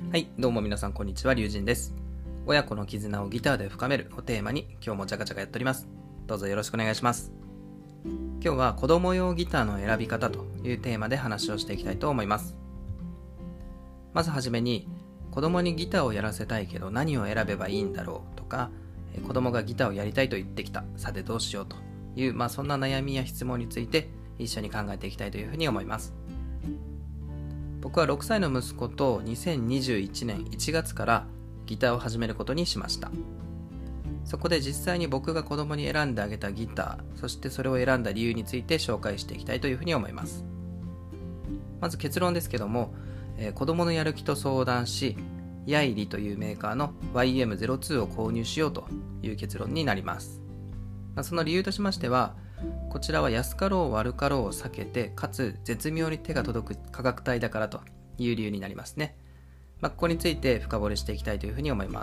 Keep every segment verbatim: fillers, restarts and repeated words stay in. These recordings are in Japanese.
はい、どうも皆さんこんにちは、龍神です。親子の絆をギターで深めるをテーマに今日もジャカジャカやっております。どうぞよろしくお願いします。今日は子供用ギターの選び方というテーマで話をしていきたいと思います。まずはじめに、子供にギターをやらせたいけど何を選べばいいんだろうとか、子供がギターをやりたいと言ってきた、さてどうしようという、まあ、そんな悩みや質問について一緒に考えていきたいというふうに思います。僕はろくさいの息子とにせんにじゅういちねんいちがつからギターを始めることにしました。そこで実際に僕が子供に選んであげたギター、そしてそれを選んだ理由について紹介していきたいというふうに思います。まず結論ですけども、えー、子供のやる気と相談し、ヤイリというメーカーの ワイエムゼロツー を購入しようという結論になります。まあ、その理由としましては、こちらは安かろう悪かろうを避けて、かつ絶妙に手が届く価格帯だからという理由になりますね。まあ、ここについて深掘りしていきたいというふうに思います。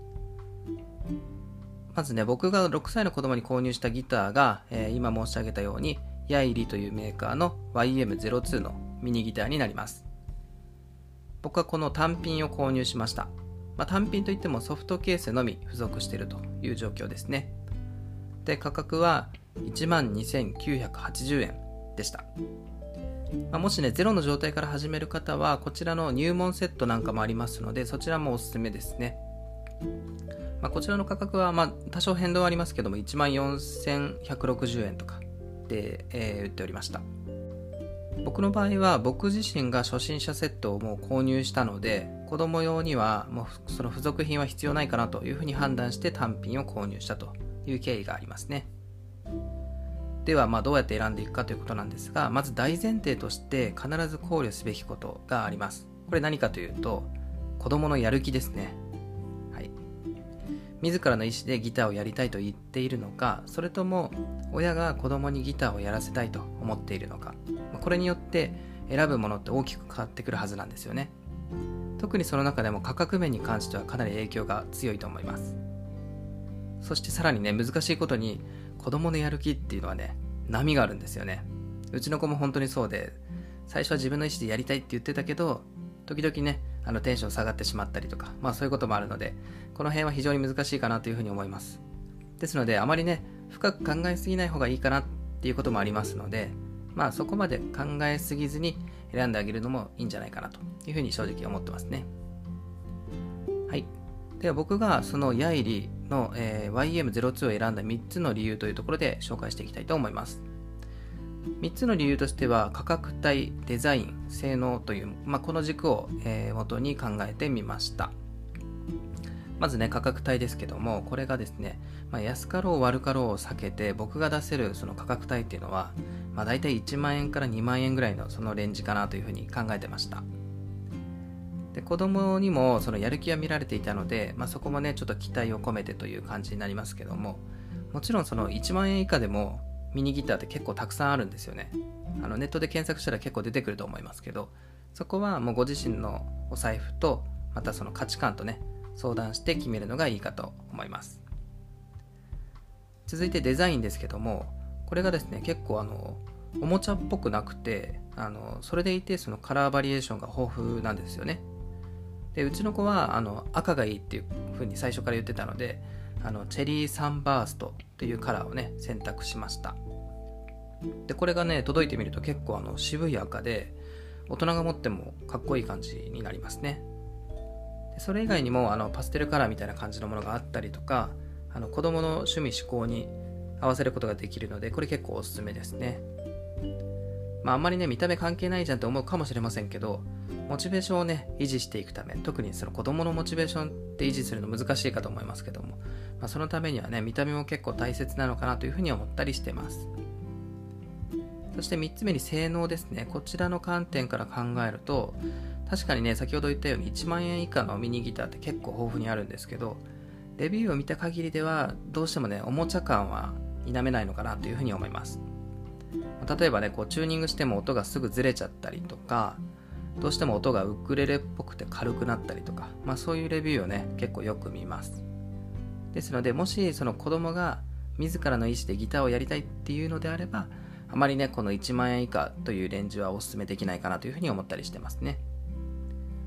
まずね、僕がろくさいの子供に購入したギターが、えー、今申し上げたようにヤイリというメーカーの ワイエムゼロツー のミニギターになります。僕はこの単品を購入しました。まあ、単品といってもソフトケースのみ付属しているという状況ですね。で、価格はいちまんにせんきゅうひゃくはちじゅうえんでした。まあ、もしね、ゼロの状態から始める方は、こちらの入門セットなんかもありますので、そちらもおすすめですね。まあ、こちらの価格は、まあ、多少変動はありますけども、いちまんよんせんひゃくろくじゅうえんとかで、えー、売っておりました。僕の場合は、僕自身が初心者セットをもう購入したので、子供用にはもうその付属品は必要ないかなというふうに判断して単品を購入したという経緯がありますね。では、まあどうやって選んでいくかということなんですが、まず大前提として必ず考慮すべきことがあります。これ何かというと、子供のやる気ですね。はい。自らの意思でギターをやりたいと言っているのか、それとも親が子供にギターをやらせたいと思っているのか、これによって選ぶものって大きく変わってくるはずなんですよね。特にその中でも価格面に関してはかなり影響が強いと思います。そしてさらにね、難しいことに子供のやる気っていうのはね、波があるんですよね。うちの子も本当にそうで、最初は自分の意思でやりたいって言ってたけど、時々ね、あのテンション下がってしまったりとか、まあそういうこともあるので、この辺は非常に難しいかなというふうに思います。ですので、あまりね、深く考えすぎない方がいいかなっていうこともありますので、まあそこまで考えすぎずに選んであげるのもいいんじゃないかなというふうに正直思ってますね。はい。では僕がそのヤイリの、えー、ワイエムゼロツー を選んだみっつの理由というところで紹介していきたいと思います。みっつの理由としては、価格帯、デザイン、性能という、まあ、この軸を、えー、元に考えてみました。まずね、価格帯ですけども、これがですね、まあ、安かろう悪かろうを避けて僕が出せるその価格帯っていうのは、まあ、大体いちまんえんからにまんえんぐらいのそのレンジかなというふうに考えてました。で、子供にもそのやる気は見られていたので、まあ、そこもねちょっと期待を込めてという感じになりますけども、もちろんそのいちまんえん以下でもミニギターって結構たくさんあるんですよね。あのネットで検索したら結構出てくると思いますけど、そこはもうご自身のお財布とまたその価値観とね相談して決めるのがいいかと思います。続いてデザインですけども、これがですね結構あのおもちゃっぽくなくて、あのそれでいてそのカラーバリエーションが豊富なんですよね。で、うちの子はあの赤がいいっていう風に最初から言ってたので、あのチェリーサンバーストというカラーをね選択しました。で、これがね届いてみると結構あの渋い赤で、大人が持ってもかっこいい感じになりますね。で、それ以外にもあのパステルカラーみたいな感じのものがあったりとか、あの子供の趣味嗜好に合わせることができるので、これ結構おすすめですね。まああんまりね見た目関係ないじゃんって思うかもしれませんけど、モチベーションをね維持していくため、特にその子供のモチベーションって維持するの難しいかと思いますけども、まあ、そのためにはね見た目も結構大切なのかなというふうに思ったりしてます。そしてみっつめに性能ですね。こちらの観点から考えると、確かにね先ほど言ったようにいちまんえん以下のミニギターって結構豊富にあるんですけど、レビューを見た限りではどうしてもねおもちゃ感は否めないのかなというふうに思います。例えばねこうチューニングしても音がすぐずれちゃったりとか、どうしても音がウクレレっぽくて軽くなったりとか、まあそういうレビューをね結構よく見ます。ですので、もしその子供が自らの意思でギターをやりたいっていうのであれば、あまりねこのいちまんえん以下というレンジはお勧めできないかなというふうに思ったりしてますね。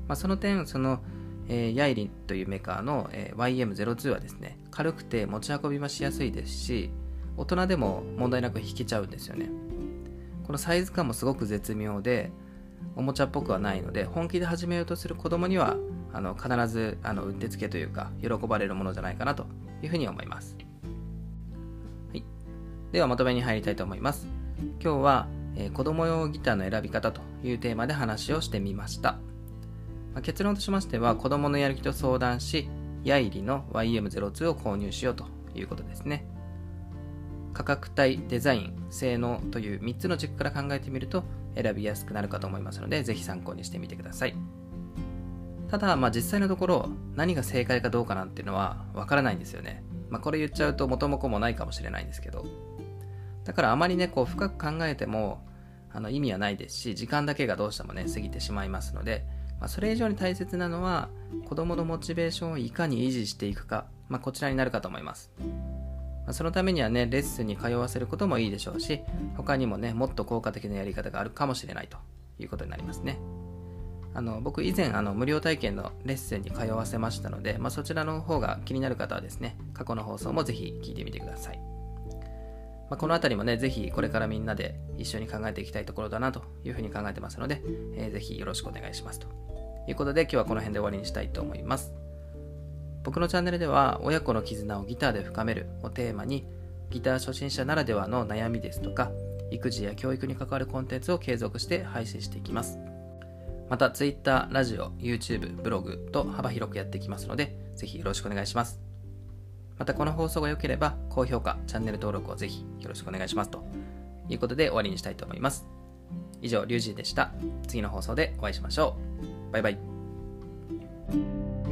まあ、その点、その、えー、ヤイリというメーカーの、えー、ワイエムゼロツー はですね、軽くて持ち運びもしやすいですし、大人でも問題なく弾けちゃうんですよね。このサイズ感もすごく絶妙で、おもちゃっぽくはないので、本気で始めようとする子供にはあの必ずあのうってつけというか喜ばれるものじゃないかなというふうに思います。はい、ではまとめに入りたいと思います。今日は、えー、子供用ギターの選び方というテーマで話をしてみました。まあ、結論としましては、子供のやる気と相談し、ヤイリの ワイエムゼロツー を購入しようということですね。価格帯、デザイン、性能というみっつの軸から考えてみると選びやすくなるかと思いますので、ぜひ参考にしてみてください。ただ、まあ、実際のところ何が正解かどうかなんていうのはわからないんですよね。まあ、これ言っちゃうと元も子もないかもしれないんですけど、だからあまりねこう深く考えてもあの意味はないですし、時間だけがどうしてもね過ぎてしまいますので、まあ、それ以上に大切なのは子どものモチベーションをいかに維持していくか、まあ、こちらになるかと思います。まあ、そのためにはねレッスンに通わせることもいいでしょうし、他にもねもっと効果的なやり方があるかもしれないということになりますね。あの僕以前あの無料体験のレッスンに通わせましたので、まあ、そちらの方が気になる方はですね、過去の放送もぜひ聞いてみてください。まあ、このあたりもねぜひこれからみんなで一緒に考えていきたいところだなというふうに考えてますので、えー、ぜひよろしくお願いしますということで、今日はこの辺で終わりにしたいと思います。僕のチャンネルでは親子の絆をギターで深めるをテーマに、ギター初心者ならではの悩みですとか育児や教育に関わるコンテンツを継続して配信していきます。また Twitter、ラジオ、YouTube、ブログと幅広くやっていきますので、ぜひよろしくお願いします。またこの放送が良ければ高評価、チャンネル登録をぜひよろしくお願いしますということで終わりにしたいと思います。以上、リュウジでした。次の放送でお会いしましょう。バイバイ。